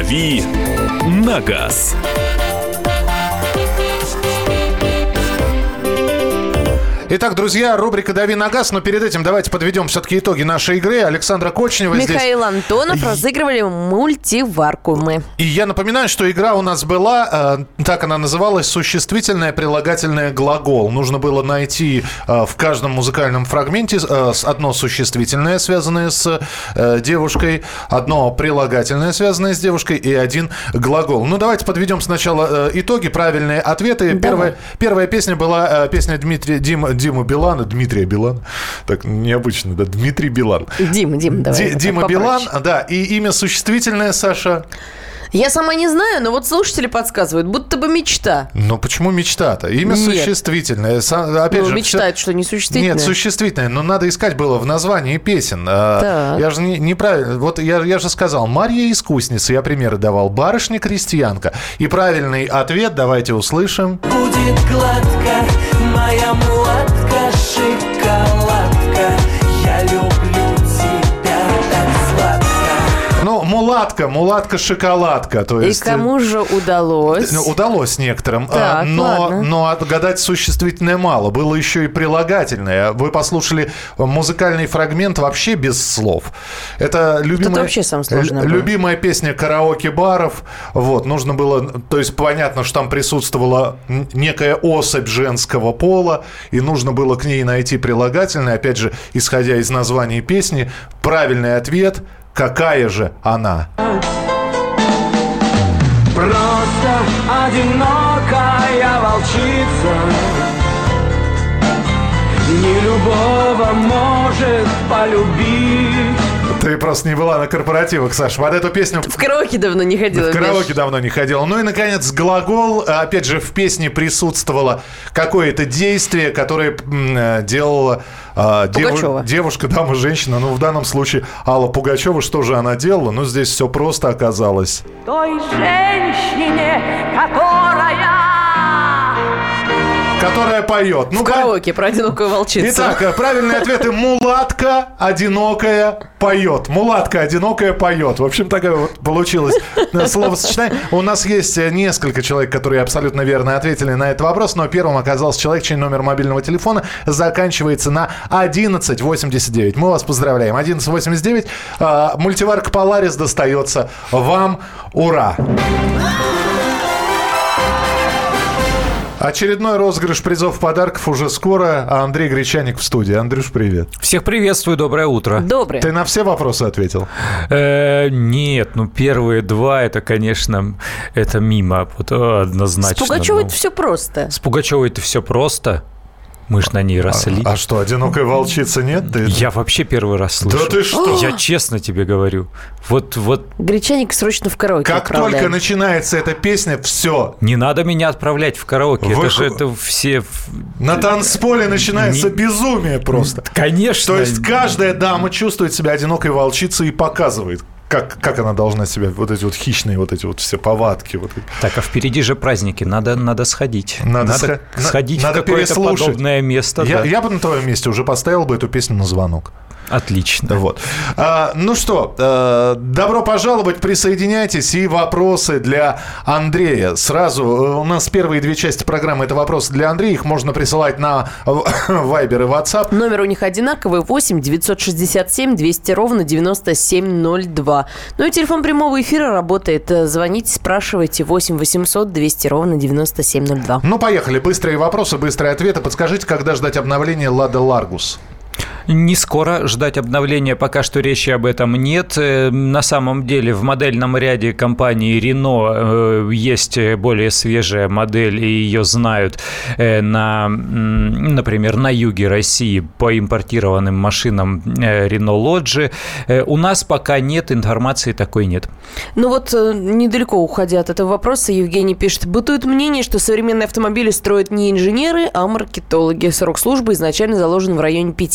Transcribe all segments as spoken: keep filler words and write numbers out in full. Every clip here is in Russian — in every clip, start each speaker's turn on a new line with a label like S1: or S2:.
S1: «Дави на газ».
S2: Итак, друзья, рубрика «Дави на газ», но перед этим давайте подведем все-таки итоги нашей игры. Александра Кочнева здесь.
S3: Михаил Антонов разыгрывали мультиварку мы.
S2: И я напоминаю, что игра у нас была, э, так она называлась, существительное прилагательное глагол. Нужно было найти э, в каждом музыкальном фрагменте э, одно существительное, связанное с э, девушкой, одно прилагательное, связанное с девушкой, и один глагол. Ну, давайте подведем сначала э, итоги, правильные ответы. Первая, первая песня была э, песня Дмитрия Дима. Дима Билана, Дмитрия Билана. Так необычно, да, Дмитрий Билан.
S3: Дима, Дима, давай.
S2: Ди, Дима Билан, да, и имя существительное, Саша.
S3: Я сама не знаю, но вот слушатели подсказывают, будто бы мечта.
S2: Ну, почему мечта-то? Имя
S3: Нет.
S2: существительное. Опять
S3: ну,
S2: же,
S3: мечтает,
S2: все...
S3: что не существительное.
S2: Нет, существительное, но надо искать было в названии песен.
S3: Так.
S2: Я же не, неправильно. Вот я, я же сказал, Марья искусница, я примеры давал, барышня крестьянка. И правильный ответ давайте услышим.
S4: Будет гладко, моя мулатка, шоколадка, я люблю тебя так сладко.
S2: Ну, мулатка, мулатка-шоколадка. То есть...
S3: И кому же удалось?
S2: Удалось некоторым,
S3: Так,
S2: но,
S3: ладно.
S2: но отгадать существительное мало. Было еще и прилагательное. Вы послушали музыкальный фрагмент вообще без слов. Это любимая,
S3: вообще самое сложное было.
S2: любимая песня караоке-баров. Вот, нужно было... То есть понятно, что там присутствовала некая особь женского пола, и нужно было к ней найти прилагательное. Опять же, исходя из названия песни, правильный ответ – какая же она?
S4: Просто одинокая волчица, не любого может полюбить.
S2: Ты просто не была на корпоративах, Саша. Под эту песню...
S3: В караоке давно не ходила.
S2: В караоке
S3: Миш.
S2: давно не ходила. Ну и, наконец, глагол. Опять же, в песне присутствовало какое-то действие, которое м, делала э,
S3: Пугачева.
S2: Деву, девушка, дама, женщина. Ну, в данном случае Алла Пугачева. Что же она делала? Ну, здесь все просто оказалось.
S4: Той женщине, которая...
S2: Которая поет. Ну,
S3: В караоке про одинокую волчицу.
S2: Итак, правильные ответы. Мулатка одинокая поет. Мулатка одинокая поет. В общем, такое вот получилось словосочетание. У нас есть несколько человек, которые абсолютно верно ответили на этот вопрос, но первым оказался человек, чей номер мобильного телефона заканчивается на одиннадцать восемьдесят девять. Мы вас поздравляем. одиннадцать восемьдесят девять. Мультиварка Polaris достается вам. Ура! Очередной розыгрыш призов подарков уже скоро. А Андрей Гречаник в студии. Андрюш, привет.
S5: Всех приветствую, доброе утро.
S3: Доброе.
S2: Ты на все вопросы ответил?
S5: Э, нет, ну первые два, это, конечно, это мимо, вот, однозначно.
S3: С Пугачевой
S5: ну.
S3: это все просто.
S5: С Пугачевой это все просто. Мы ж на ней росли.
S2: А, а что, одинокая волчица нет? Ты...
S5: Я вообще первый раз слышу.
S2: Да ты что?
S5: Я честно тебе говорю. Вот, вот.
S3: Гречаник срочно в караоке
S2: Как
S3: отправляем.
S2: только начинается эта песня, все.
S5: Не надо меня отправлять в караоке.
S2: Вы...
S5: Это же это все...
S2: На танцполе начинается
S5: Не...
S2: безумие просто.
S5: Конечно.
S2: То есть каждая дама чувствует себя одинокой волчицей и показывает. Как, как она должна себя, вот эти вот хищные, вот эти вот все повадки. Вот.
S5: Так, а впереди же праздники, надо, надо сходить.
S2: Надо,
S5: надо
S2: сх...
S5: сходить
S2: надо
S5: в какое-то
S2: переслушать.
S5: подобное место.
S2: Я,
S5: да.
S2: я бы на твоем месте уже поставил бы эту песню на звонок.
S5: Отлично.
S2: Вот. А, ну что, а, добро пожаловать, присоединяйтесь. И вопросы для Андрея. Сразу у нас первые две части программы — это вопросы для Андрея. Их можно присылать на Viber и WhatsApp.
S3: Номер у них одинаковый: восемь девятьсот шестьдесят семь двести ровно девяносто семь ноль два. Ну и телефон прямого эфира работает. Звоните, спрашивайте. восемь восемьсот двести ровно девяносто семь ноль два.
S2: Ну, поехали. Быстрые вопросы, быстрые ответы. Подскажите, когда ждать обновления Lada Largus?
S5: Не скоро ждать обновления, пока что речи об этом нет. На самом деле в модельном ряде компании Renault есть более свежая модель, и ее знают на, например, на юге России по импортированным машинам Renault Loggia. У нас пока нет, информации такой нет.
S3: Ну вот, недалеко уходя от этого вопроса, Евгений пишет: бытует мнение, что современные автомобили строят не инженеры, а маркетологи. Срок службы изначально заложен в районе пяти лет.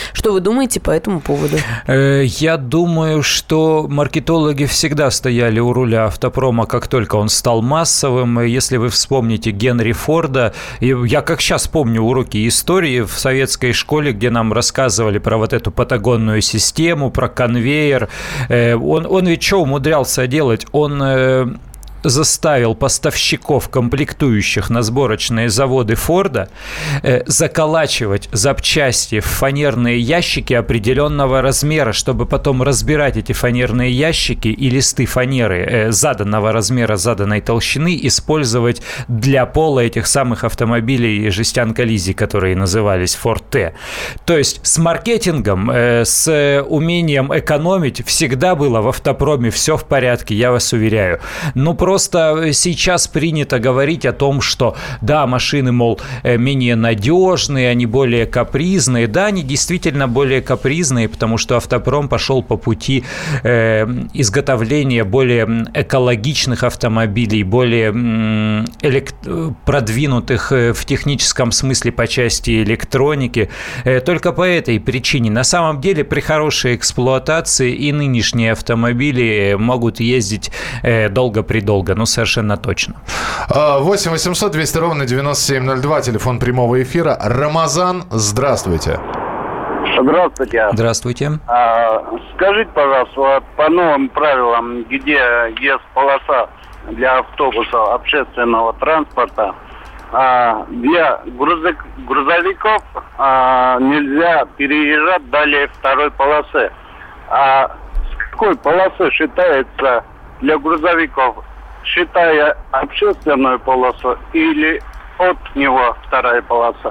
S3: Что вы думаете по этому поводу?
S5: Я думаю, что маркетологи всегда стояли у руля автопрома, как только он стал массовым. Если вы вспомните Генри Форда, я как сейчас помню уроки истории в советской школе, где нам рассказывали про вот эту патагонную систему, про конвейер. Он, он ведь что умудрялся делать? Он заставил поставщиков, комплектующих на сборочные заводы Форда, э, заколачивать запчасти в фанерные ящики определенного размера, чтобы потом разбирать эти фанерные ящики и листы фанеры э, заданного размера, заданной толщины, использовать для пола этих самых автомобилей жестянка-лизи, которые назывались Ford T. То есть с маркетингом, э, с умением экономить всегда было в автопроме все в порядке, я вас уверяю. Ну, просто Просто сейчас принято говорить о том, что да, машины, мол, менее надежные, они более капризные. Да, они действительно более капризные, потому что автопром пошел по пути э, изготовления более экологичных автомобилей, более э, элект... продвинутых в техническом смысле по части электроники. Э, только по этой причине. На самом деле, при хорошей эксплуатации и нынешние автомобили могут ездить э, долго-предолго. Ну, совершенно точно.
S2: восемь восемьсот двести ровно девяносто семь ноль два, телефон прямого эфира. Рамазан, здравствуйте.
S6: Здравствуйте.
S5: Здравствуйте.
S6: А, скажите, пожалуйста, вот по новым правилам, где есть полоса для автобусов общественного транспорта, а, для грузовик, грузовиков а, нельзя переезжать далее второй полосы. А с какой полосы считается для грузовиков? Считая общественную полосу или от него вторая полоса?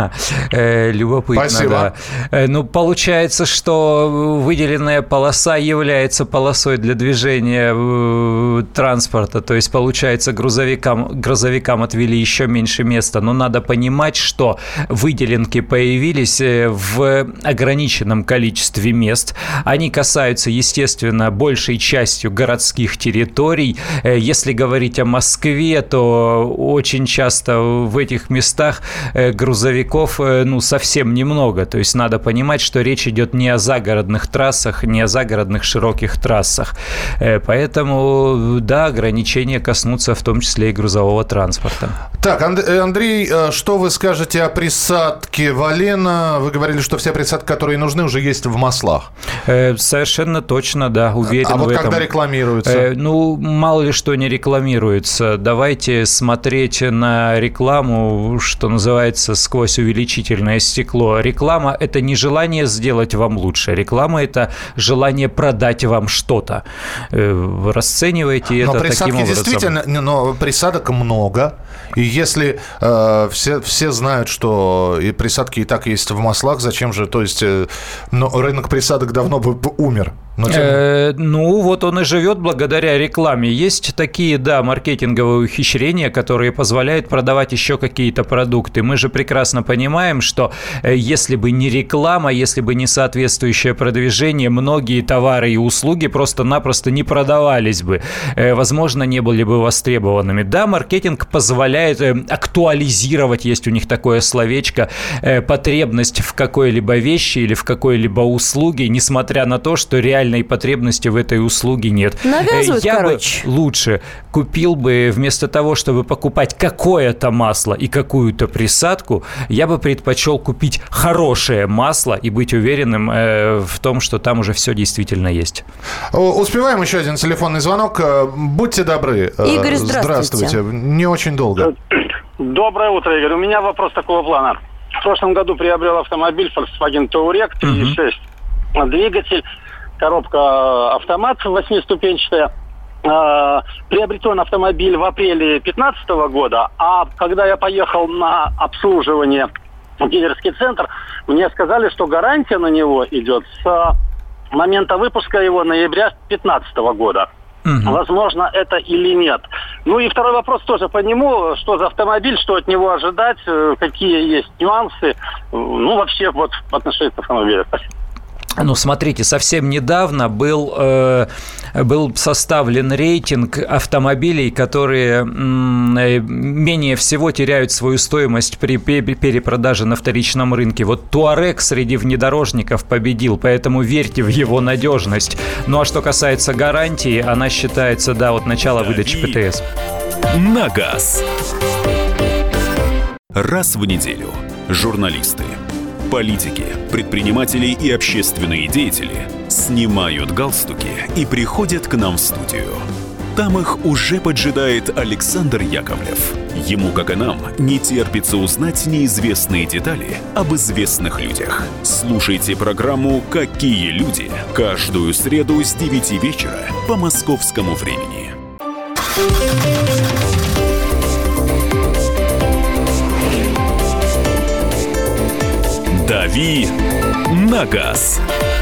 S5: Любопытно,
S2: Спасибо.
S5: Да. Ну, получается, что выделенная полоса является полосой для движения транспорта. То есть, получается, грузовикам, грузовикам отвели еще меньше места. Но надо понимать, что выделенки появились в ограниченном количестве мест. Они касаются, естественно, большей частью городских территорий. Если говорить о Москве, то очень часто в этих местах грузовиков, ну, совсем немного. То есть надо понимать, что речь идет не о загородных трассах, не о загородных широких трассах. Поэтому, да, ограничения коснутся в том числе и грузового транспорта.
S2: Так, Андрей, что вы скажете о присадке Валена? Вы говорили, что все присадки, которые нужны, уже есть в маслах.
S5: Совершенно точно, да, уверен
S2: а
S5: в
S2: вот
S5: этом.
S2: Когда рекламируется?
S5: Ну, мало ли что не рекламируется. Давайте смотреть на рекламу, что называется, сквозь увеличительное стекло. Реклама – это не желание сделать вам лучше. Реклама – это желание продать вам что-то. Вы расцениваете это таким образом.
S2: Но присадки действительно, но присадок много. И если э, все, все знают, что и присадки и так есть в маслах, зачем же, то есть э, но рынок присадок давно бы умер. Но тем...
S5: э, ну, вот он и живет благодаря рекламе. Есть такие, да, маркетинговые ухищрения, которые позволяют продавать еще какие-то продукты. Мы же прекрасно понимаем, что э, если бы не реклама, если бы не соответствующее продвижение, многие товары и услуги просто-напросто не продавались бы. Э, возможно, не были бы востребованными. Да, маркетинг позволяет э, актуализировать, есть у них такое словечко, э, потребность в какой-либо вещи или в какой-либо услуге, несмотря на то, что реально потребности в этой услуге нет.
S3: Навязывают,
S5: Я
S3: короче.
S5: бы лучше купил бы, вместо того, чтобы покупать какое-то масло и какую-то присадку, я бы предпочел купить хорошее масло и быть уверенным э, в том, что там уже все действительно есть.
S2: Успеваем еще один телефонный звонок. Будьте добры.
S3: Игорь, здравствуйте.
S2: Здравствуйте. Не очень долго.
S7: Доброе утро, Игорь. У меня вопрос такого плана. В прошлом году приобрел автомобиль Volkswagen Touareg три и шесть. Uh-huh. Двигатель, коробка автомат восьмиступенчатая. Приобретен автомобиль в апреле две тысячи пятнадцатого года, а когда я поехал на обслуживание в дилерский центр, мне сказали, что гарантия на него идет с момента выпуска его ноября две тысячи пятнадцатого года. Угу. Возможно, это или нет. Ну и второй вопрос тоже по нему. Что за автомобиль, что от него ожидать, какие есть нюансы, ну вообще вот в отношении автомобиля. Спасибо.
S5: Ну, смотрите, совсем недавно был, э, был составлен рейтинг автомобилей, которые м, менее всего теряют свою стоимость при перепродаже на вторичном рынке. Вот Туарек среди внедорожников победил, поэтому верьте в его надежность. Ну, а что касается гарантии, она считается, да, от начала выдачи ПТС.
S1: На газ. Раз в неделю журналисты, политики, предприниматели и общественные деятели снимают галстуки и приходят к нам в студию. Там их уже поджидает Александр Яковлев. Ему, как и нам, не терпится узнать неизвестные детали об известных людях. Слушайте программу «Какие люди» каждую среду с девяти вечера по московскому времени. «Дави на газ».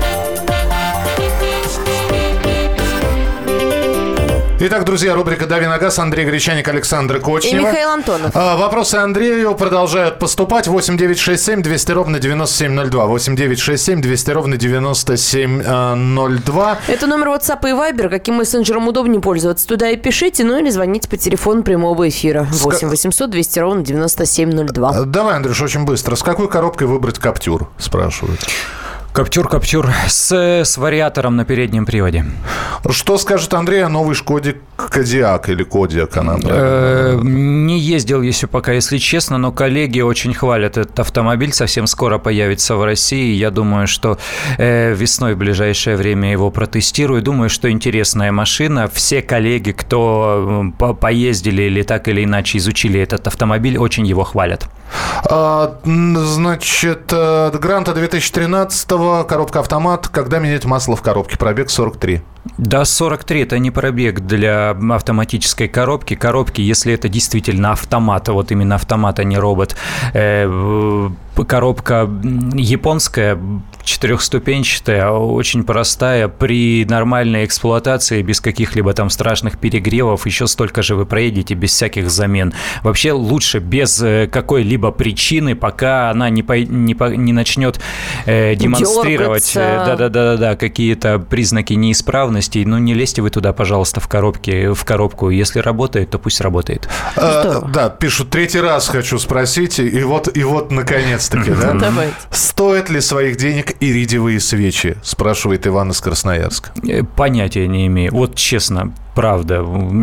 S2: Итак, друзья, рубрика «Дави на газ». Андрей Гречаник, Александр Кочнева.
S3: И Михаил Антонов.
S2: А, вопросы Андрею продолжают поступать. восемь девятьсот шестьдесят семь двести ровно девяносто семь ноль два. восемь девятьсот шестьдесят семь двести ровно девяносто семь ноль два.
S3: Это номер WhatsApp и Viber. Каким мессенджером удобнее пользоваться? Туда и пишите, ну или звоните по телефону прямого эфира. восемь восемьсот двести ровно девяносто семь ноль два.
S2: Давай, Андрюш, очень быстро. С какой коробкой выбрать Каптюр, спрашивают.
S5: Каптюр, Каптюр с, с вариатором на переднем приводе.
S2: Что скажет Андрей о новой Шкоде Кодиак или Кодиак? Она
S5: не ездил еще пока, если честно, но коллеги очень хвалят этот автомобиль. Совсем скоро появится в России. Я думаю, что весной в ближайшее время его протестирую. Думаю, что интересная машина. Все коллеги, кто поездили или так или иначе изучили этот автомобиль, очень его хвалят.
S2: А, значит, Гранта две тысячи тринадцатого, коробка автомат. Когда менять масло в коробке? Пробег сорок три.
S5: Да, сорок три – это не пробег для автоматической коробки. Коробки, если это действительно автомат, вот именно автомат, а не робот. Э, коробка японская, четырехступенчатая, очень простая. При нормальной эксплуатации, без каких-либо там страшных перегревов, еще столько же вы проедете без всяких замен. Вообще лучше без какой-либо причины, пока она не, по, не, по, не начнет э, демонстрировать да-да-да, какие-то признаки неисправности. Ну, не лезьте вы туда, пожалуйста, в коробке, в коробку. Если работает, то пусть работает.
S2: А, да, пишут, третий раз хочу спросить, и вот, и вот наконец-таки, да?
S3: Давайте.
S2: Стоят ли своих денег иридиевые свечи? Спрашивает Иван из Красноярска.
S5: Понятия не имею. Вот честно, правда.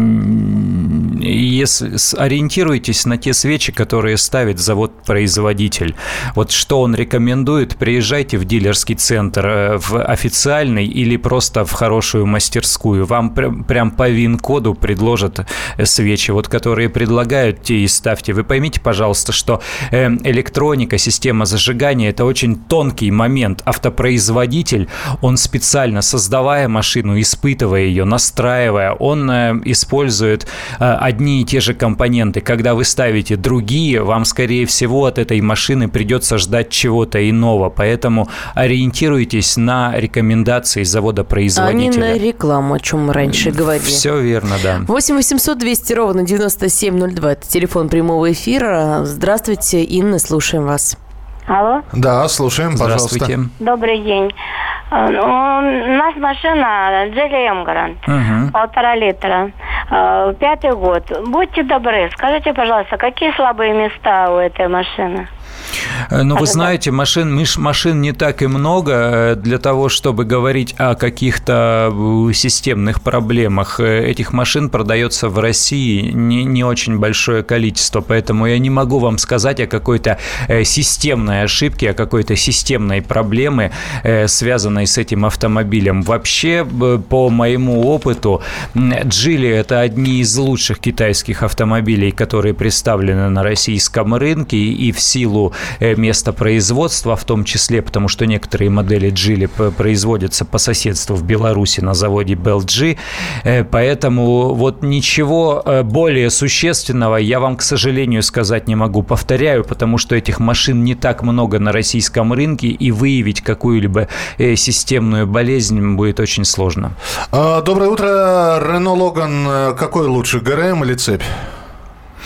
S5: Если ориентируйтесь на те свечи, которые ставит завод-производитель. Вот что он рекомендует, приезжайте в дилерский центр, в официальный или просто в хорошую мастерскую. Вам прям, прям по ВИН-коду предложат свечи, вот которые предлагают, те и ставьте. Вы поймите, пожалуйста, что электроника, система зажигания – это очень тонкий момент. Автопроизводитель, он специально, создавая машину, испытывая ее, настраивая, он использует одни и те же компоненты. Когда вы ставите другие, вам, скорее всего, от этой машины придется ждать чего-то иного. Поэтому ориентируйтесь на рекомендации завода-производителя.
S3: А не на рекламу, о чем мы раньше говорили.
S5: Все верно, да.
S3: восемь восемьсот двести ровно девяносто семь ноль два. Это телефон прямого эфира. Здравствуйте, Инна, слушаем вас.
S8: Алло?
S2: Да, слушаем,
S5: Здравствуйте.
S2: Пожалуйста.
S8: Добрый день. У нас машина Джили Эмгрант,
S5: Угу.
S8: полтора литра, пятый год. Будьте добры, скажите, пожалуйста, какие слабые места у этой машины?
S5: Ну, вы знаете, машин, машин не так и много для того, чтобы говорить о каких-то системных проблемах. Этих машин продается в России не, не очень большое количество, поэтому я не могу вам сказать о какой-то системной ошибке, о какой-то системной проблеме, связанной с этим автомобилем. Вообще, по моему опыту, Джили – это одни из лучших китайских автомобилей, которые представлены на российском рынке, и в силу место производства, в том числе, потому что некоторые модели Джили производятся по соседству в Беларуси на заводе би эл джи, поэтому вот ничего более существенного я вам, к сожалению, сказать не могу. Повторяю, потому что этих машин не так много на российском рынке, и выявить какую-либо системную болезнь будет очень сложно.
S2: Доброе утро. Renault Logan какой лучше, ГРМ или цепь?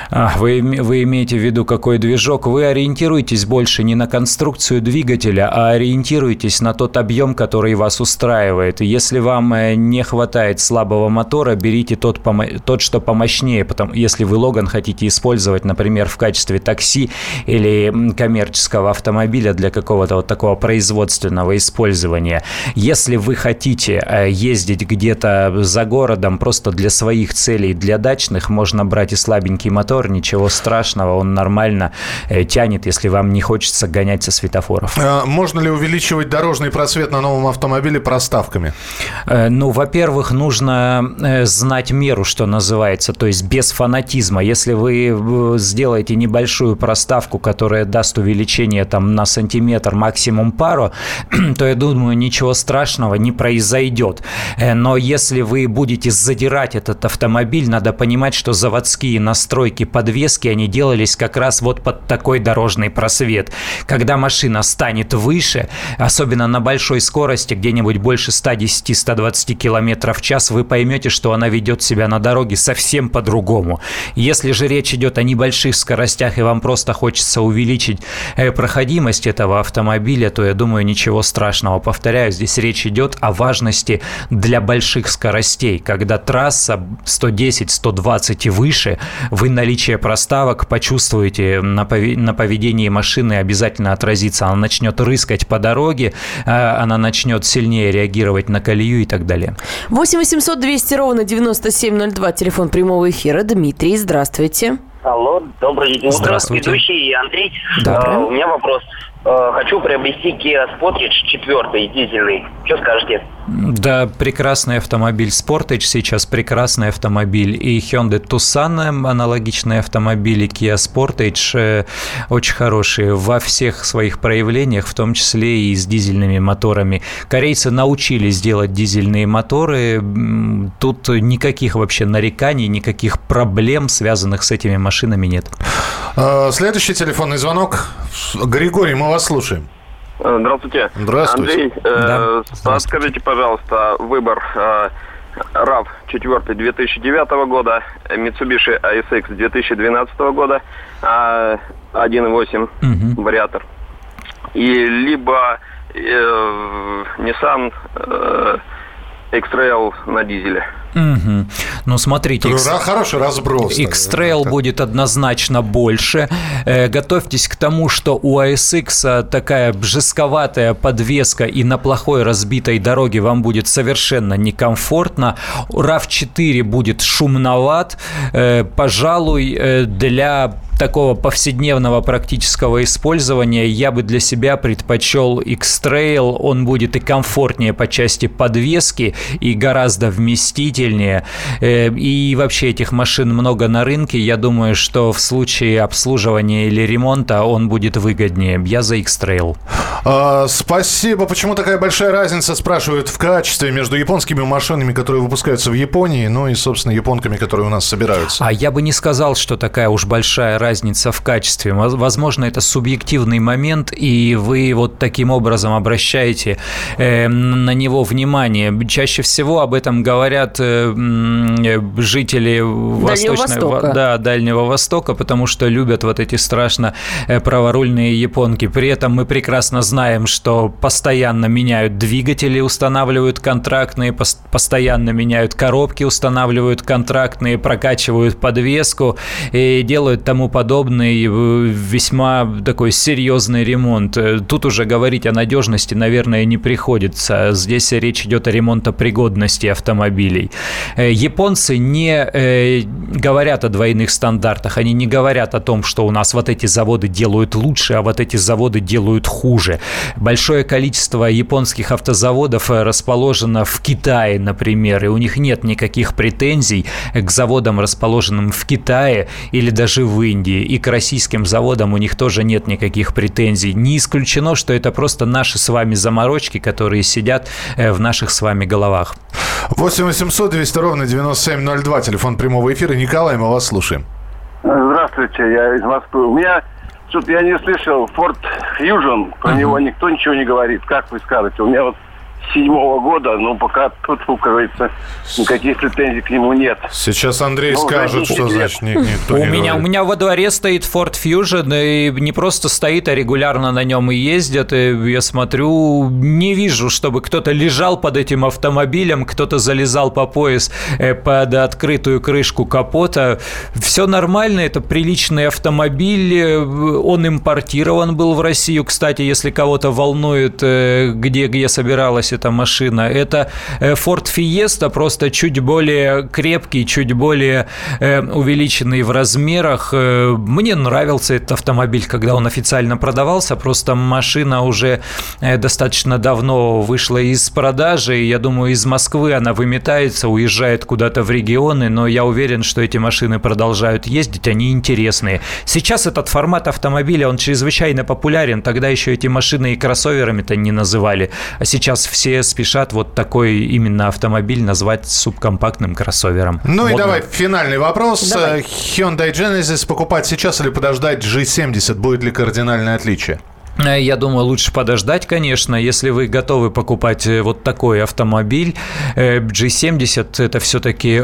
S5: А, вы, вы имеете в виду какой движок? Вы ориентируетесь больше не на конструкцию двигателя, а ориентируетесь на тот объем, который вас устраивает. Если вам не хватает слабого мотора, берите тот, тот что помощнее. Потому, если вы Логан хотите использовать, например, в качестве такси или коммерческого автомобиля для какого-то вот такого производственного использования. Если вы хотите ездить где-то за городом просто для своих целей, для дачных, можно брать и слабенький мотор, ничего страшного, он нормально тянет, если вам не хочется гонять со светофоров.
S2: Можно ли увеличивать дорожный просвет на новом автомобиле проставками?
S5: Ну, во-первых, нужно знать меру, что называется, то есть без фанатизма. Если вы сделаете небольшую проставку, которая даст увеличение там на сантиметр, максимум пару, то, я думаю, ничего страшного не произойдет. Но если вы будете задирать этот автомобиль, надо понимать, что заводские настройки подвески, они делались как раз вот под такой дорожный просвет. Когда машина станет выше, особенно на большой скорости, где-нибудь больше сто десять - сто двадцать км в час, вы поймете, что она ведет себя на дороге совсем по-другому. Если же речь идет о небольших скоростях, и вам просто хочется увеличить проходимость этого автомобиля, то, я думаю, ничего страшного. Повторяю, здесь речь идет о важности для больших скоростей. Когда трасса сто десять - сто двадцать и выше, вы наличие проставок почувствуете на поведении машины, обязательно отразится. Она начнет рыскать по дороге, она начнет сильнее реагировать на колею и так далее.
S3: восемь восемьсот двести ровно девяносто семь ноль два, телефон прямого эфира. Дмитрий, здравствуйте.
S9: Алло, доброе утро,
S5: здравствуйте.
S9: ведущий Андрей.
S5: Да.
S9: Uh, у меня вопрос. Uh, хочу приобрести Kia Sportage четыре дизельный. Что скажете?
S5: Да, прекрасный автомобиль Sportage сейчас, прекрасный автомобиль. И Hyundai Tucson, аналогичные автомобили, Kia Sportage э, очень хорошие во всех своих проявлениях, в том числе и с дизельными моторами. Корейцы научились делать дизельные моторы. Тут никаких вообще нареканий, никаких проблем, связанных с этими машинами, нет.
S2: Следующий телефонный звонок. Григорий, мы вас слушаем.
S10: Здравствуйте.
S2: Здравствуйте.
S10: Андрей,
S5: да.
S10: э, подскажите, пожалуйста, выбор э, рав четыре две тысячи девятого года, Mitsubishi эй эс икс две тысячи двенадцатого года, э, один и восемь угу. вариатор. И либо э, Nissan э, X-Trail на дизеле.
S5: Угу. Ну, смотрите, X...
S2: хороший разброс.
S5: X-Trail будет однозначно больше. Э, готовьтесь к тому, что у эй эс икс такая жестковатая подвеска, и на плохой разбитой дороге вам будет совершенно некомфортно. рав четыре будет шумноват. Э, пожалуй, э, для такого повседневного практического использования я бы для себя предпочел X-Trail. Он будет и комфортнее по части подвески, и гораздо вместительнее. И вообще этих машин много на рынке. Я думаю, что в случае обслуживания или ремонта он будет выгоднее. Я за X-Trail.
S2: А, спасибо. Почему такая большая разница, спрашивают, в качестве между японскими машинами, которые выпускаются в Японии, ну и, собственно, японками, которые у нас собираются?
S5: А я бы не сказал, что такая уж большая разница в качестве. Возможно, это субъективный момент, и вы вот таким образом обращаете э, на него внимание. Чаще всего об этом говорят э, жители Восточного, да, Дальнего Востока, потому что любят вот эти страшно праворульные японки. При этом мы прекрасно знаем, что постоянно меняют двигатели, устанавливают контрактные, постоянно меняют коробки, устанавливают контрактные, прокачивают подвеску и делают тому подобный весьма такой серьезный ремонт. Тут уже говорить о надежности, наверное, не приходится. Здесь речь идет о ремонтопригодности автомобилей. Японцы не э, говорят о двойных стандартах, они не говорят о том, что у нас вот эти заводы делают лучше, а вот эти заводы делают хуже. Большое количество японских автозаводов расположено в Китае, например, и у них нет никаких претензий к заводам, расположенным в Китае или даже в Индии, и к российским заводам у них тоже нет никаких претензий. Не исключено, что это просто наши с вами заморочки, которые сидят в наших с вами головах.
S2: восемь восемьсот двести ровно девяносто семь ноль два, телефон прямого эфира. Николай, мы вас слушаем.
S6: Здравствуйте, я из Москвы. У меня, что-то я не слышал, Ford Fusion, про mm-hmm. него никто ничего не говорит. Как вы скажете? У меня вот седьмого года, но пока тут, как говорится, никаких претензий к нему нет.
S2: Сейчас Андрей
S6: Ну,
S2: скажет, что значит ни- никто
S5: У
S2: не
S5: меня, у
S2: говорит.
S5: меня во дворе стоит Ford Fusion, и не просто стоит, а регулярно на нем и ездят. И я смотрю, не вижу, чтобы кто-то лежал под этим автомобилем, кто-то залезал по пояс э, под открытую крышку капота. Все нормально, это приличный автомобиль, э, он импортирован был в Россию. Кстати, если кого-то волнует, э, где, где собиралась эта машина, это э, Ford Fiesta, просто чуть более крепкий, чуть более э, увеличенный в размерах. Э, мне нравился этот автомобиль, когда он официально продавался, просто машина уже э, достаточно давно вышла из продажи, и я думаю, из Москвы она выметается, уезжает куда-то в регионы, но я уверен, что эти машины продолжают ездить, они интересные. Сейчас этот формат автомобиля, он чрезвычайно популярен, тогда еще эти машины и кроссоверами-то не называли, а сейчас все спешат вот такой именно автомобиль назвать субкомпактным кроссовером.
S2: Ну и
S5: Модно.
S2: давай финальный вопрос.
S3: Давай.
S2: Hyundai Genesis покупать сейчас или подождать джи семьдесят? Будет ли кардинальное отличие?
S5: Я думаю, лучше подождать, конечно. Если вы готовы покупать вот такой автомобиль, джи семьдесят это все-таки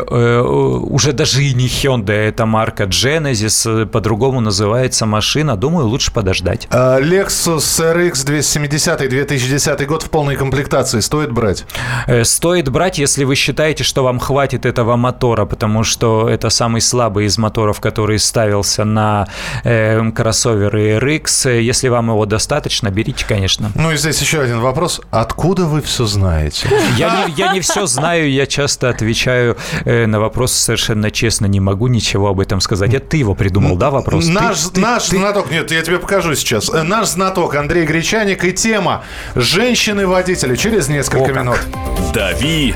S5: уже даже и не Hyundai, это марка Genesis, по-другому называется машина. Думаю, лучше подождать.
S2: Lexus эр икс двести семьдесят две тысячи десятый год в полной комплектации стоит брать?
S5: Стоит брать, если вы считаете, что вам хватит этого мотора, потому что это самый слабый из моторов, который ставился на э, кроссоверы эр икс. Если вам его достаточно, достаточно, берите, конечно.
S2: Ну и здесь еще один вопрос. Откуда вы все знаете?
S5: Я не, я не все знаю, я часто отвечаю э, на вопросы совершенно честно, не могу ничего об этом сказать. Это ты его придумал, да, вопрос?
S2: Наш,
S5: ты,
S2: наш
S5: ты,
S2: знаток, нет, я тебе покажу сейчас. Наш знаток Андрей Гречаник и тема «Женщины-водители» через несколько
S5: О,
S2: минут.
S1: «Дави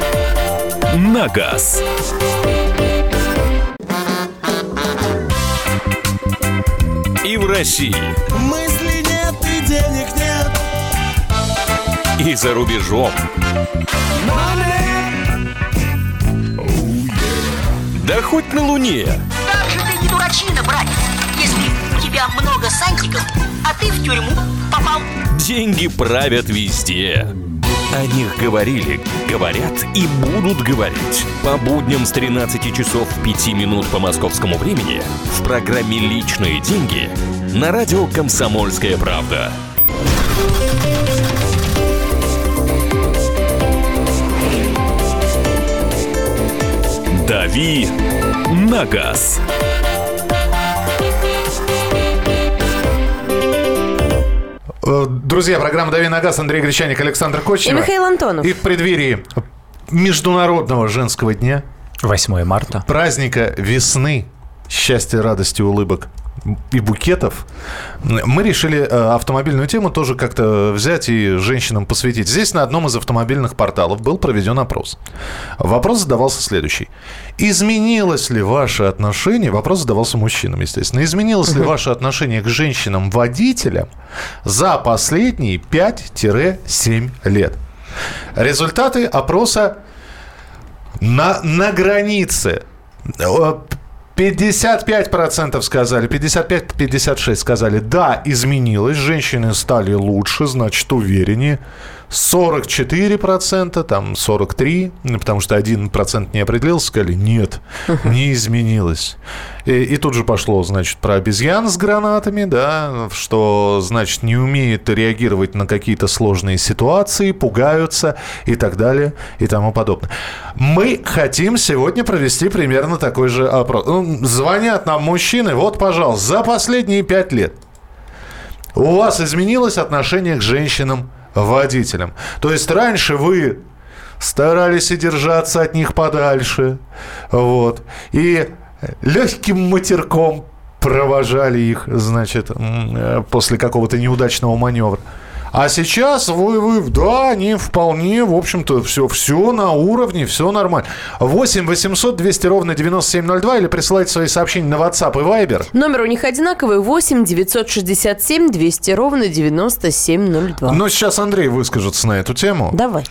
S1: на газ». И в России.
S11: Мысли нет и денег нет.
S1: И за рубежом. Да хоть на Луне.
S12: Как же ты не дурачина, братец, если у тебя много сантиков, а ты в тюрьму попал.
S1: Деньги правят везде. О них говорили, говорят и будут говорить. По будням с тринадцати часов пяти минут по московскому времени в программе «Личные деньги» на радио «Комсомольская правда». «Дави на газ».
S2: Друзья, программа «Дави на газ», Андрей Гречаник, Александр Кочнев.
S3: И Михаил Антонов.
S2: И в преддверии Международного женского дня,
S5: восьмое марта,
S2: праздника весны, счастья, радости, улыбок и букетов, мы решили автомобильную тему тоже как-то взять и женщинам посвятить. Здесь на одном из автомобильных порталов был проведен опрос. Вопрос задавался следующий. Изменилось ли ваше отношение, вопрос задавался мужчинам, естественно, изменилось ли ваше отношение к женщинам-водителям за последние пять-семь лет? Результаты опроса на, на границе. пятьдесят пять процентов сказали, пятьдесят пять - пятьдесят шесть сказали, да, изменилось, женщины стали лучше, значит, увереннее. сорок четыре процента, там сорок три процента, потому что один процент не определился, сказали, нет, не изменилось. И, и тут же пошло, значит, про обезьян с гранатами, да, что, значит, не умеет реагировать на какие-то сложные ситуации, пугаются и так далее и тому подобное. Мы хотим сегодня провести примерно такой же опрос. Ну, звонят нам мужчины, вот, пожалуйста, за последние пять лет у вас изменилось отношение к женщинам водителям. То есть раньше вы старались и держаться от них подальше, вот, и легким матерком провожали их, значит, после какого-то неудачного маневра. А сейчас вы, вы, да, они вполне, в общем-то, все, все на уровне, все нормально. восемь восемьсот двести ровно девяносто семь ноль два или присылайте свои сообщения на WhatsApp и Viber.
S3: Номер у них одинаковый: восемь девятьсот шестьдесят семь двести ровно девяносто семь ноль два.
S2: Но сейчас Андрей выскажется на эту тему.
S3: Давай.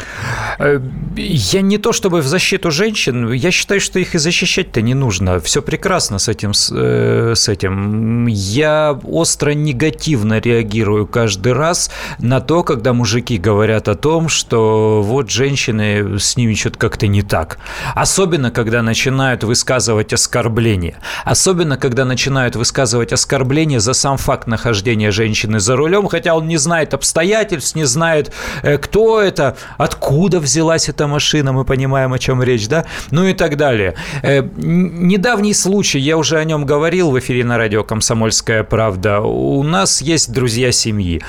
S5: Я не то чтобы в защиту женщин, я считаю, что их и защищать-то не нужно. Все прекрасно с этим. С, э, с этим. Я остро негативно реагирую каждый раз на то, когда мужики говорят о том, что вот женщины, с ними что-то как-то не так. Особенно, когда начинают высказывать оскорбления. Особенно, когда начинают высказывать оскорбления за сам факт нахождения женщины за рулем, хотя он не знает обстоятельств, не знает, кто это, откуда взялась эта машина, мы понимаем, о чем речь, да, ну и так далее. Недавний случай, я уже о нем говорил в эфире на радио «Комсомольская правда». У нас есть друзья семьи.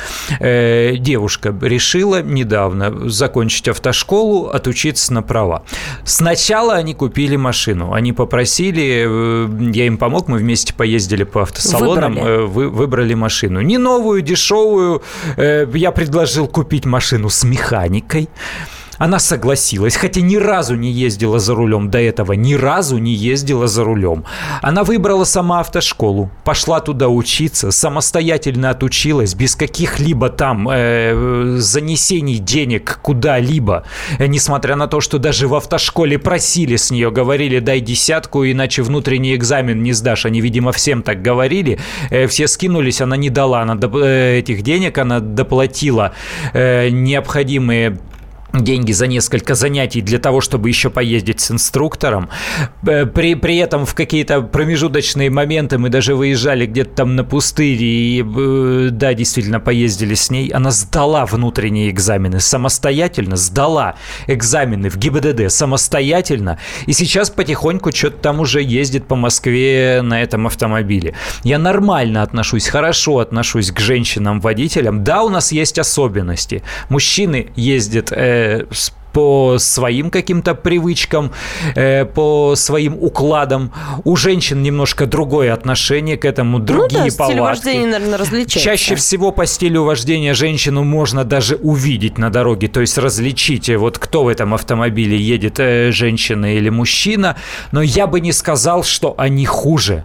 S5: Девушка решила недавно закончить автошколу, отучиться на права. Сначала они купили машину, они попросили, я им помог, мы вместе поездили по автосалонам, выбрали, вы, выбрали машину. Не новую, дешевую, я предложил купить машину с механикой. Она согласилась, хотя ни разу не ездила за рулем до этого, ни разу не ездила за рулем. Она выбрала сама автошколу, пошла туда учиться, самостоятельно отучилась, без каких-либо там э, занесений денег куда-либо. Несмотря на то, что даже в автошколе просили с нее, говорили, дай десятку, иначе внутренний экзамен не сдашь. Они, видимо, всем так говорили. Э, все скинулись, она не дала она доп- э, этих денег, она доплатила э, необходимые деньги за несколько занятий для того, чтобы еще поездить с инструктором. При, при этом в какие-то промежуточные моменты мы даже выезжали где-то там на пустыре и, да, действительно поездили с ней. Она сдала внутренние экзамены самостоятельно, сдала экзамены в ГИБДД самостоятельно, и сейчас потихоньку что-то там уже ездит по Москве на этом автомобиле. Я нормально отношусь, хорошо отношусь к женщинам-водителям. Да, у нас есть особенности. Мужчины ездят э, по своим каким-то привычкам, э, по своим укладам. У женщин немножко другое отношение к этому, другие ну, да, повадки. Стиль вождения, наверное, различается. Чаще всего по стилю вождения женщину можно даже увидеть на дороге, то есть различить, вот кто в этом автомобиле едет, э, женщина или мужчина. Но я бы не сказал, что они хуже.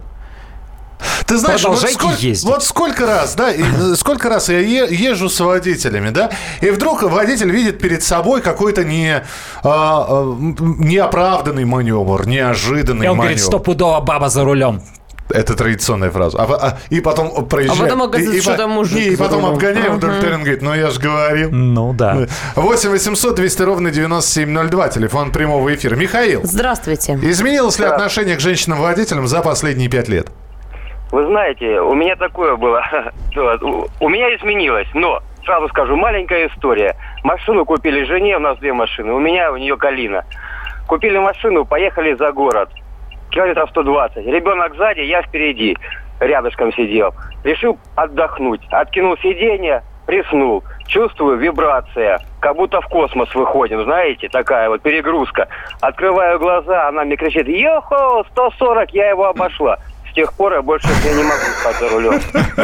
S2: Ты знаешь, вот сколько, вот сколько раз, да, и сколько раз я е- езжу с водителями, да, и вдруг водитель видит перед собой какой-то не, а, а, неоправданный маневр, неожиданный
S5: и он
S2: маневр.
S5: говорит, стопудово баба за рулем.
S2: Это традиционная фраза. А, а, и потом проезжает.
S3: А потом оказывается,
S2: и,
S3: что там мужик.
S2: И, и потом обгоняем, вдруг uh-huh. говорит, ну я же говорил.
S5: Ну да.
S2: восемь восемьсот двести ровно девяносто семь ноль два, телефон прямого эфира. Михаил.
S3: Здравствуйте.
S2: Изменилось ли
S13: да.
S2: отношение к женщинам-водителям за последние пять лет?
S13: Вы знаете, у меня такое было. У меня изменилось, но сразу скажу, маленькая история. Машину купили жене, у нас две машины, у меня, у нее Калина. Купили машину, поехали за город. Километров сто двадцать. Ребенок сзади, я впереди. Рядышком сидел. Решил отдохнуть. Откинул сиденье, приснул. Чувствую вибрация. Как будто в космос выходим, знаете, такая вот перегрузка. Открываю глаза, она мне кричит, йохо, сто сорок, я его обошла. С тех пор я больше я не могу спать за рулем.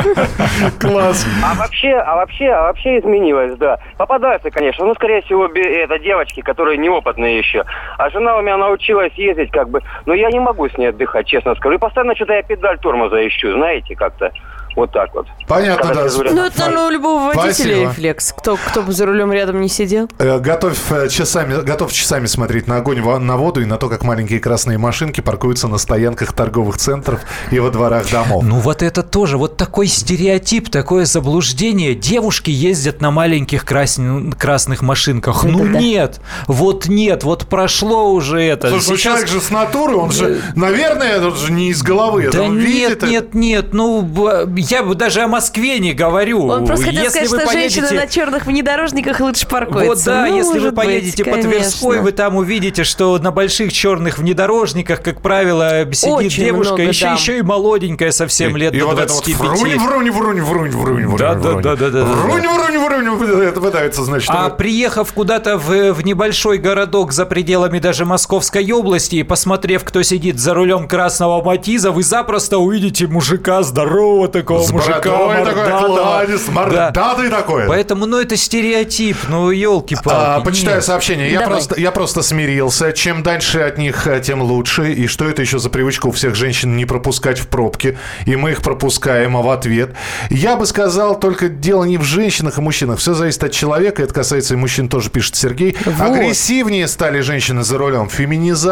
S2: Класс.
S13: А вообще, а вообще, а вообще изменилось, да. Попадаются, конечно, ну, скорее всего, это девочки, которые неопытные еще. А жена у меня научилась ездить, как бы, но я не могу с ней отдыхать, честно скажу. И постоянно что-то я педаль тормоза ищу, знаете, как-то. Вот так вот.
S2: Понятно, да.
S3: Ну, это, наверное, у любого водителя рефлекс. Кто, кто бы за рулем рядом не сидел.
S2: Готовь часами, готов часами смотреть на огонь, на воду и на то, как маленькие красные машинки паркуются на стоянках торговых центров и во дворах домов.
S5: Ну, вот это тоже. Вот такой стереотип, такое заблуждение. Девушки ездят на маленьких красн... красных машинках. Это ну, да. нет. Вот нет. Вот прошло уже это.
S2: Слушай, ну, человек же с натуры, он же, наверное, он же не из головы.
S5: Да
S2: он
S5: нет,
S2: видит
S5: нет, это. нет. Ну, я бы даже о Москве не говорю.
S3: Он просто хотел
S5: если
S3: сказать, что
S5: поедете...
S3: женщины на черных внедорожниках лучше паркуются.
S5: Вот да,
S3: ну,
S5: если вы поедете
S3: быть,
S5: по Тверской, вы там увидите, что на больших черных внедорожниках, как правило, сидит
S3: очень
S5: девушка,
S3: много,
S5: еще,
S3: да.
S5: еще и молоденькая совсем,
S2: и,
S5: лет
S2: и
S5: до
S2: вот
S5: двадцати пяти.
S2: Это вот врунь, врунь, врунь, врунь, врунь,
S5: да,
S2: врунь.
S5: Да, да, да, да.
S2: Врунь, врунь, врунь, это пытается, значит.
S5: А вы... приехав куда-то в, в небольшой городок за пределами даже Московской области и посмотрев, кто сидит за рулем красного Матиза, вы запросто увидите мужика здорового такого,
S2: с
S5: мужика
S2: мордатого. Кладис, мордатый да. такой.
S5: Поэтому, ну, это стереотип, ну, елки-палки.
S2: А, почитаю нет. сообщение. Я просто, я просто смирился. Чем дальше от них, тем лучше. И что это еще за привычка у всех женщин не пропускать в пробки? И мы их пропускаем, а в ответ. Я бы сказал, только дело не в женщинах и мужчинах. Все зависит от человека. Это касается и мужчин, тоже пишет Сергей. Вот. Агрессивнее стали женщины за рулем.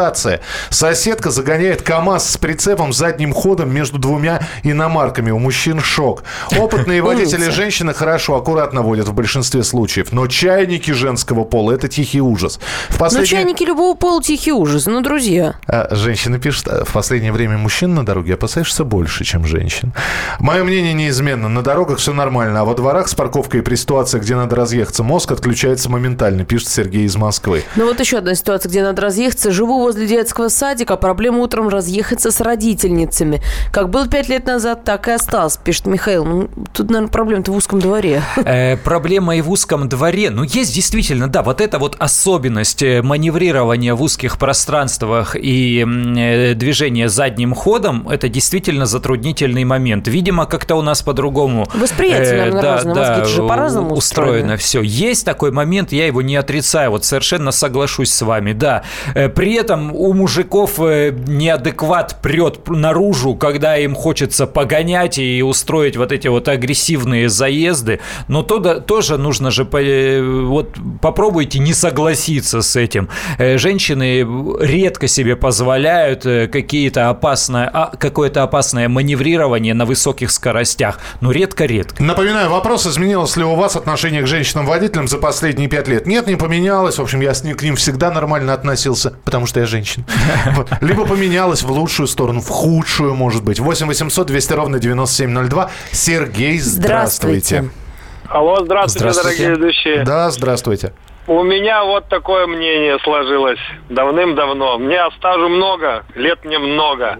S2: Феминизация. Соседка загоняет КАМАЗ с прицепом задним ходом между двумя иномарками. У мужчин мужчин шок. Опытные водители женщины хорошо, аккуратно водят в большинстве случаев, но чайники женского пола – это тихий ужас. В последнее...
S3: Ну, чайники любого пола – тихий ужас, ну, друзья.
S2: А, женщина пишет, в последнее время мужчин на дороге опасаешься больше, чем женщин. Мое мнение неизменно. На дорогах все нормально, а во дворах с парковкой при ситуации, где надо разъехаться, мозг отключается моментально, пишет Сергей из Москвы.
S3: Ну, вот еще одна ситуация, где надо разъехаться. Живу возле детского садика, проблема утром разъехаться с родительницами. Как было пять лет назад, так и осталось, пишет Михаил. Ну, тут, наверное, проблема-то в узком дворе.
S5: Э, проблема и в узком дворе. Ну, есть действительно, да, вот эта вот особенность маневрирования в узких пространствах и э, движения задним ходом, это действительно затруднительный момент. Видимо, как-то у нас по-другому...
S3: Восприятие, наверное,
S5: э, да,
S3: разное.
S5: да,
S3: Мозги же по-разному устроены.
S5: устроено все. Есть такой момент, я его не отрицаю, вот совершенно соглашусь с вами, да. Э, при этом у мужиков э, неадекват прет наружу, когда им хочется погонять и устроить вот эти вот агрессивные заезды, но то, тоже нужно же, вот попробуйте не согласиться с этим. Женщины редко себе позволяют какие-то опасные, какое-то опасное маневрирование на высоких скоростях, но редко-редко.
S2: Напоминаю, вопрос, изменилось ли у вас отношение к женщинам-водителям за последние пять лет? Нет, не поменялось. В общем, я с ним, к ним всегда нормально относился, потому что я женщина. Либо поменялось в лучшую сторону, в худшую, может быть. восемь восемьсот двести ровно девяносто семь ноль два. Сергей, здравствуйте.
S14: Алло, здравствуйте, здравствуйте, дорогие ведущие.
S2: Да, здравствуйте.
S14: У меня вот такое мнение сложилось давным-давно. Мне стажу много, лет мне много.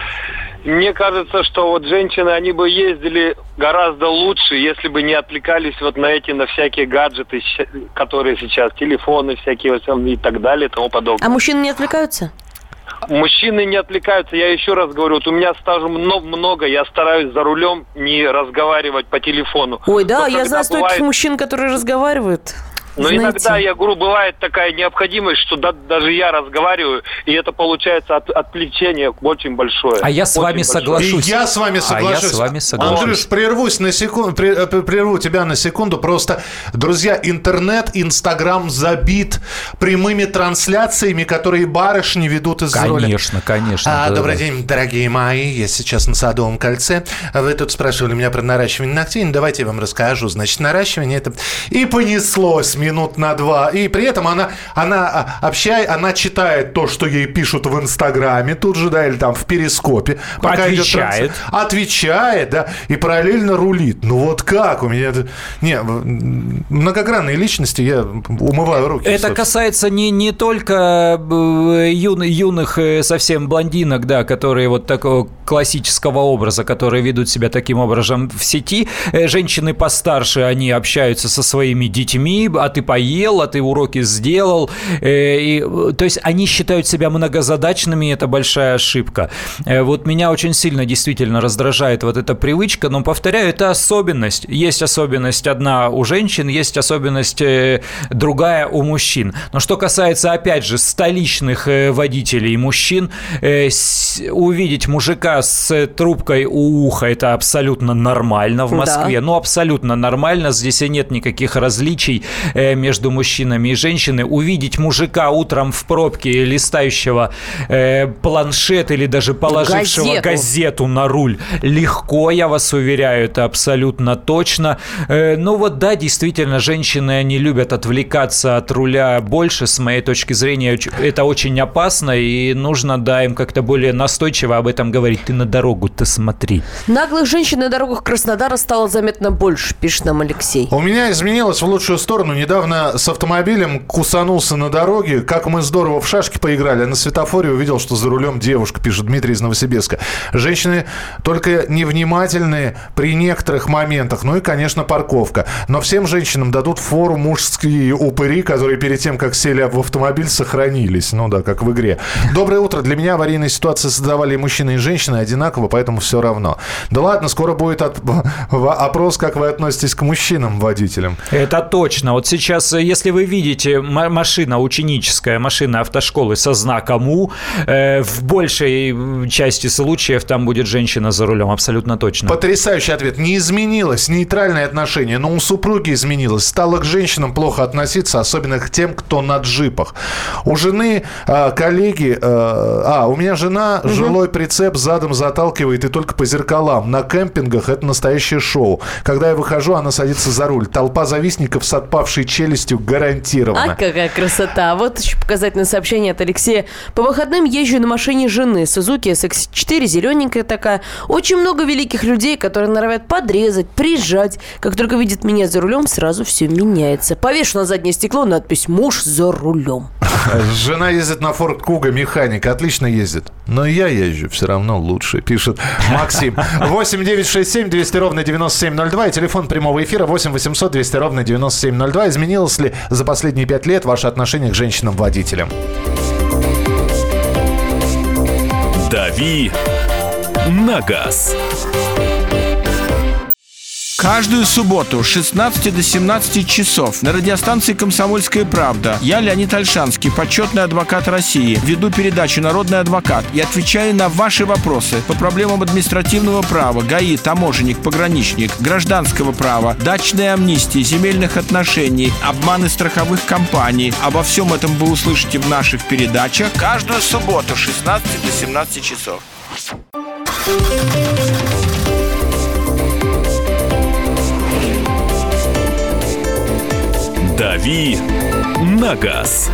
S14: Мне кажется, что вот женщины, они бы ездили гораздо лучше, если бы не отвлекались вот на эти, на всякие гаджеты, которые сейчас, телефоны всякие и так далее и тому подобное.
S3: А мужчины не отвлекаются?
S14: Мужчины не отвлекаются, я еще раз говорю, вот у меня стажу много, я стараюсь за рулем не разговаривать по телефону.
S3: Ой, да,
S14: но
S3: я знаю
S14: бывает...
S3: стольких мужчин, которые разговаривают.
S14: Но
S3: знаете.
S14: Иногда, я говорю, бывает такая необходимость, что да, даже я разговариваю, и это получается от, отвлечение очень большое.
S5: А я с
S14: очень
S5: вами
S14: большое.
S5: соглашусь.
S2: И я с вами соглашусь.
S5: А я с вами соглашусь.
S2: Андрюш, прервусь на секунду, прерву тебя на секунду. Просто, друзья, интернет, Инстаграм забит прямыми трансляциями, которые барышни ведут из роли.
S5: Конечно, конечно.
S2: А,
S5: да,
S2: добрый
S5: да.
S2: день, дорогие мои. Я сейчас на Садовом кольце. Вы тут спрашивали меня про наращивание ногтей. Ну, давайте я вам расскажу. Значит, наращивание это... И понеслось минут на два. И при этом она, она общает, она читает то, что ей пишут в Инстаграме тут же, да, или там в Перископе. Пока
S5: Отвечает.
S2: Идет транс... Отвечает, да, и параллельно рулит. Ну вот как у меня... Не, многогранные личности, я умываю руки.
S5: Это
S2: собственно.
S5: касается не, не только юн, юных совсем блондинок, да, которые вот такого классического образа, которые ведут себя таким образом в сети. Женщины постарше, они общаются со своими детьми, а ты поел, а ты уроки сделал. И, то есть они считают себя многозадачными, и это большая ошибка. Вот меня очень сильно действительно раздражает вот эта привычка, но, повторяю, это особенность. Есть особенность одна у женщин, есть особенность другая у мужчин. Но что касается, опять же, столичных водителей и мужчин, увидеть мужика с трубкой у уха – это абсолютно нормально в Москве. Да. Ну, абсолютно нормально. Здесь и нет никаких различий между мужчинами и женщинами. Увидеть мужика утром в пробке, листающего э, планшет или даже положившего газету. газету на руль, легко, я вас уверяю, это абсолютно точно. Э, ну вот да, действительно, женщины, они любят отвлекаться от руля больше, с моей точки зрения, это очень опасно, и нужно, да, им как-то более настойчиво об этом говорить. Ты на дорогу-то смотри.
S3: Наглых женщин на дорогах Краснодара стало заметно больше, пишет нам Алексей.
S2: У меня изменилось в лучшую сторону. Недавно с автомобилем кусанулся на дороге. Как мы здорово в шашки поиграли. На светофоре увидел, что за рулем девушка, пишет Дмитрий из Новосибирска. Женщины только невнимательные при некоторых моментах. Ну и, конечно, парковка. Но всем женщинам дадут фору мужские упыри, которые перед тем, как сели в автомобиль, сохранились. Ну да, как в игре. Доброе утро. Для меня аварийные ситуации создавали и мужчины, и женщины одинаково, поэтому все равно. Да ладно, скоро будет от... опрос, как вы относитесь к мужчинам-водителям.
S5: Это точно. Вот сейчас, если вы видите машина ученическая, машина автошколы со знаком У, э, в большей части случаев там будет женщина за рулем, абсолютно точно.
S2: Потрясающий ответ. Не изменилось нейтральное отношение, но у супруги изменилось. Стало к женщинам плохо относиться, особенно к тем, кто на джипах. У жены, э, коллеги... Э, а, у меня жена, угу. жилой прицеп задом задом заталкивает и только по зеркалам. На кемпингах это настоящее шоу. Когда я выхожу, она садится за руль. Толпа завистников с отпавшей челюстью гарантирована.
S3: А какая красота. Вот еще показательное сообщение от Алексея. По выходным езжу на машине жены. Suzuki эс икс четыре, зелененькая такая. Очень много великих людей, которые норовят подрезать, прижать. Как только видят меня за рулем, сразу все меняется. Повешу на заднее стекло надпись «Муж за рулем».
S2: Жена ездит на Ford Kuga, механик. Отлично ездит. Но я езжу все равно лучше, пишет Максим. восемь девятьсот шестьдесят семь двести ровно девяносто семь ноль два и телефон прямого эфира восемь восемьсот двести ровно девяносто семь ноль два. Изменилось ли за последние пять лет ваше отношение к женщинам-водителям?
S1: «Дави на газ».
S15: Каждую субботу с шестнадцати до семнадцати часов на радиостанции «Комсомольская правда» я, Леонид Ольшанский, почетный адвокат России, веду передачу «Народный адвокат» и отвечаю на ваши вопросы по проблемам административного права, ГАИ, таможенник, пограничник, гражданского права, дачной амнистии, земельных отношений, обманы страховых компаний. Обо всем этом вы услышите в наших передачах каждую субботу с шестнадцати до семнадцати часов.
S1: «Дави на газ».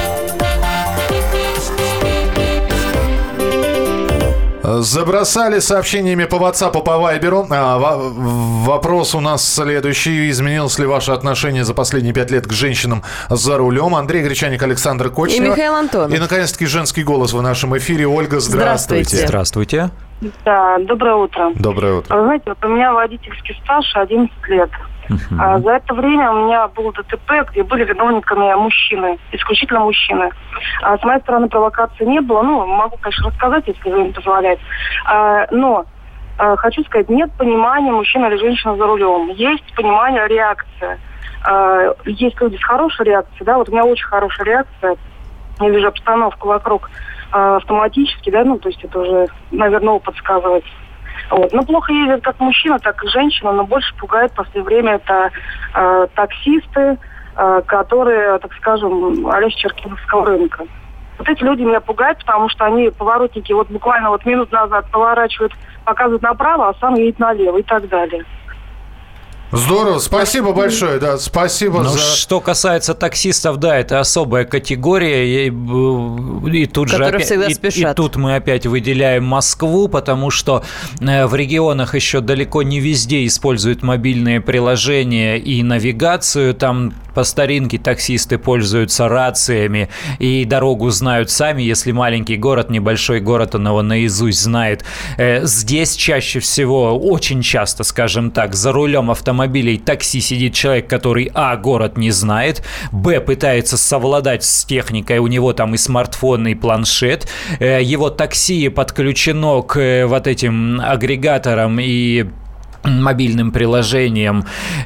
S2: Забросали сообщениями по WhatsApp, по Viber. А, вопрос у нас следующий. Изменилось ли ваше отношение за последние пять лет к женщинам за рулем? Андрей Гречаник, Александр Кочнев.
S3: И Михаил Антонов.
S2: И, наконец-таки, женский голос в нашем эфире. Ольга, здравствуйте.
S5: Здравствуйте.
S16: Да, доброе утро.
S2: Доброе утро.
S16: Вы знаете, вот у меня водительский стаж одиннадцать лет. Uh-huh. А за это время у меня было ДТП, где были виновниками мужчины, исключительно мужчины. А с моей стороны провокации не было. Ну, могу, конечно, рассказать, если время позволяет. А, но а, хочу сказать, нет понимания, мужчина или женщина за рулем. Есть понимание, реакция. А, есть люди с хорошей реакцией, да, вот у меня очень хорошая реакция. Я вижу обстановку вокруг а, автоматически, да, ну, то есть это уже, наверное, опыт сказывается. Вот. Но плохо ездят как мужчина, так и женщина, но больше пугает в последнее время это э, таксисты, э, которые, так скажем, а-ля с Черкизовского рынка. Вот эти люди меня пугают, потому что они поворотники вот буквально вот минут назад поворачивают, показывают направо, а сам едет налево и так далее.
S2: Здорово, спасибо большое, да, спасибо
S5: ну,
S2: за...
S5: Что касается таксистов, да, это особая категория, и, и тут же опять, и, и тут мы опять выделяем Москву, потому что в регионах еще далеко не везде используют мобильные приложения и навигацию, там по старинке таксисты пользуются рациями и дорогу знают сами, если маленький город, небольшой город, он его наизусть знает. Здесь чаще всего, очень часто, скажем так, за рулем автомобиля автомобилей такси сидит человек, который, а, город не знает, б, пытается совладать с техникой, у него там и смартфон, и планшет, его такси подключено к вот этим агрегаторам и мобильным приложением,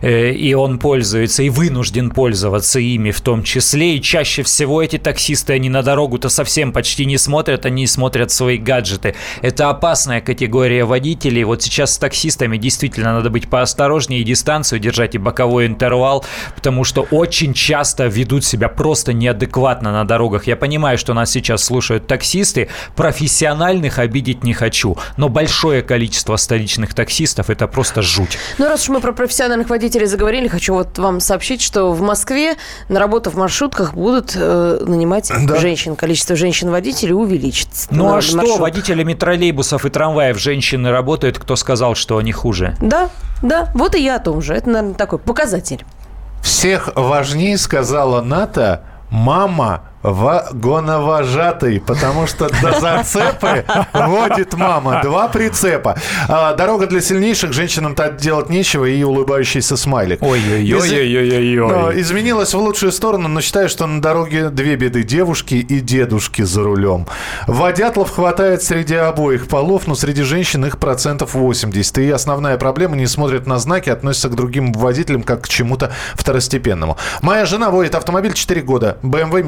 S5: и он пользуется, и вынужден пользоваться ими в том числе. И чаще всего эти таксисты, они на дорогу-то совсем почти не смотрят, они смотрят свои гаджеты. Это опасная категория водителей. Вот сейчас с таксистами действительно надо быть поосторожнее и дистанцию держать, и боковой интервал, потому что очень часто ведут себя просто неадекватно на дорогах. Я понимаю, что нас сейчас слушают таксисты, профессиональных обидеть не хочу, но большое количество столичных таксистов – это просто жуть.
S3: Ну, раз уж мы про профессиональных водителей заговорили, хочу вот вам сообщить, что в Москве на работу в маршрутках будут э, нанимать да. женщин. Количество женщин-водителей увеличится.
S5: Ну, а что, маршрут. Водителями троллейбусов и трамваев женщины работают, кто сказал, что они хуже?
S3: Да, да, вот и я о том же. Это, наверное, такой показатель.
S2: Всех важнее, сказала Ната, мама вагоновожатый, потому что до зацепы водит мама. Два прицепа. А, дорога для сильнейших, женщинам-то делать нечего, и улыбающийся смайлик.
S5: Ой-ой-ой-ой-ой.
S2: Из... Изменилось в лучшую сторону, но считаю, что на дороге две беды: девушки и дедушки за рулем. Водятлов хватает среди обоих полов, но среди женщин их процентов восемьдесят. И основная проблема: не смотрят на знаки, относятся к другим водителям как к чему-то второстепенному. Моя жена водит автомобиль четыре года, бэ эм вэ механику.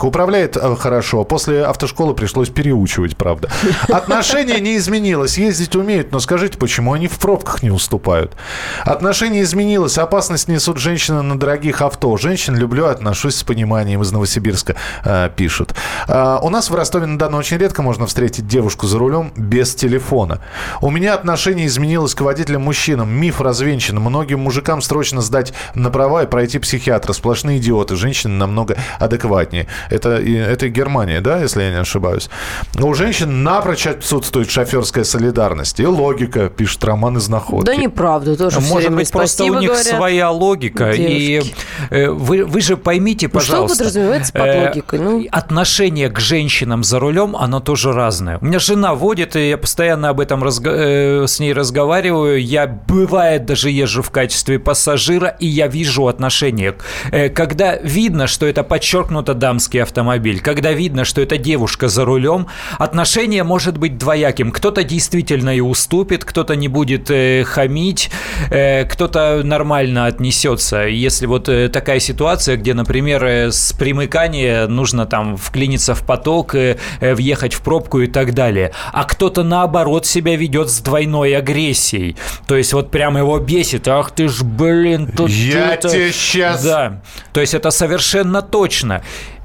S2: Управляет э, хорошо. После автошколы пришлось переучивать, правда. Отношения не изменилось. Ездить умеют, но скажите, почему они в пробках не уступают? Отношения изменилось. Опасность несут женщины на дорогих авто. Женщин люблю, отношусь с пониманием. Из Новосибирска э, пишут. Э, у нас в Ростове-на-Дону очень редко можно встретить девушку за рулем без телефона. У меня отношение изменилось к водителям-мужчинам. Миф развенчан. Многим мужикам срочно сдать на права и пройти психиатра. Сплошные идиоты. Женщины намного адекватнее. Это, это Германия, да, если я не ошибаюсь. У женщин напрочь отсутствует шоферская солидарность. И логика, пишет Роман из Находки.
S3: Да неправда. Тоже
S5: Может быть, просто у них говорят. Своя логика. Девушки. И э, вы, вы же поймите, пожалуйста.
S3: Что подразумевается под
S5: э,
S3: логикой? Ну...
S5: Отношение к женщинам за рулем, оно тоже разное. У меня жена водит, и я постоянно об этом разго... э, с ней разговариваю. Я, бывает, даже езжу в качестве пассажира, и я вижу отношение. Э, когда видно, что это подчеркнуто дамский автомобиль, когда видно, что это девушка за рулем, отношение может быть двояким. Кто-то действительно и уступит, кто-то не будет э, хамить, э, кто-то нормально отнесется. Если вот э, такая ситуация, где, например, э, с примыкания нужно там вклиниться в поток, э, э, въехать в пробку и так далее. А кто-то наоборот себя ведет с двойной агрессией. То есть вот прям его бесит. Ах ты ж, блин, тут
S2: я
S5: это...
S2: тебе сейчас...
S5: Да. То есть это совершенно точно.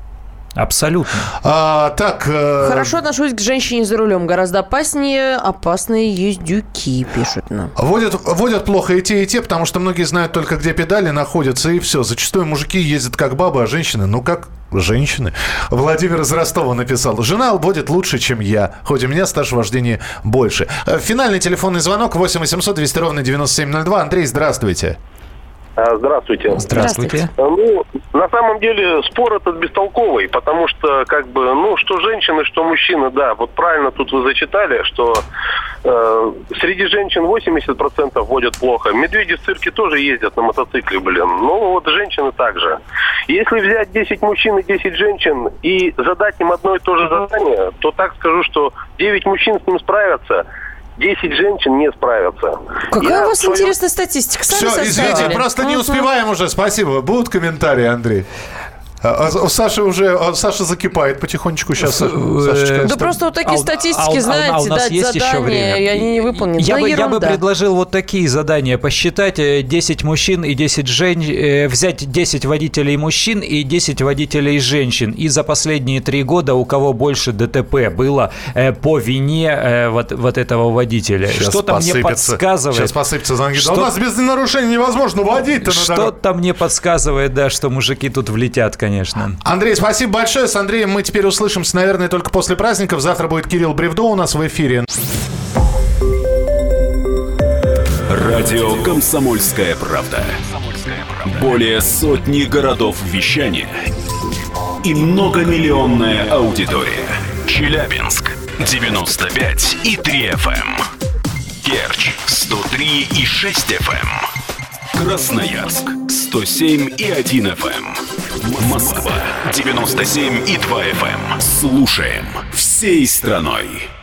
S5: Абсолютно.
S2: А, так. Э...
S3: Хорошо отношусь к женщине за рулем. Гораздо опаснее опасные ездюки, пишут нам.
S2: Водят, водят плохо и те, и те, потому что многие знают только, где педали находятся, и все. Зачастую мужики ездят как бабы, а женщины, ну как женщины. Владимир из Ростова написал: жена водит лучше, чем я, хоть у меня стаж вождения больше. Финальный телефонный звонок восемь восемьсот двести ровно девяносто семь ноль два. Андрей, здравствуйте.
S10: Здравствуйте.
S5: Здравствуйте.
S10: Ну, на самом деле спор этот бестолковый, потому что, как бы, ну, что женщины, что мужчины, да, вот правильно тут вы зачитали, что э, среди женщин восемьдесят процентов водят плохо. Медведи в цирке тоже ездят на мотоцикле, блин. Ну, вот женщины также. Если взять десять мужчин и десять женщин и задать им одно и то же задание, то так скажу, что девять мужчин с ним справятся, десять женщин не справятся.
S3: Какая
S10: Я
S3: у вас
S10: своем...
S3: интересная статистика. Сами
S2: Все,
S3: составили.
S2: извините, просто не успеваем уже. Спасибо. Будут комментарии, Андрей? А, а, Саша уже, а, Саша закипает потихонечку сейчас. Сашечка,
S3: да
S2: что...
S3: просто вот такие
S5: а,
S3: статистики,
S5: а,
S3: знаете,
S5: а, а
S3: дать задания, и они не выполнены.
S5: Я,
S3: ну,
S5: бы, я бы предложил вот такие задания. Посчитать десять мужчин и десять женщин, взять десять водителей мужчин и десять водителей женщин. И за последние три года у кого больше ДТП было по вине вот, вот этого водителя.
S2: Сейчас
S5: Что-то мне подсказывает.
S2: Сейчас посыпется звонки.
S5: Что...
S2: Да у нас без нарушений невозможно водить-то.
S5: Что-то мне подсказывает, да, что мужики тут влетят, конечно. Конечно.
S2: Андрей, спасибо большое. С Андреем мы теперь услышимся, наверное, только после праздников. Завтра будет Кирилл Бревдо у нас в эфире.
S1: Радио «Комсомольская правда». Более сотни городов вещания и многомиллионная аудитория. Челябинск девяносто пять и три эф эм. Керчь сто три и шесть эф эм. Красноярск сто семь и один эф эм. Москва девяносто семь и два эф эм. Слушаем всей страной.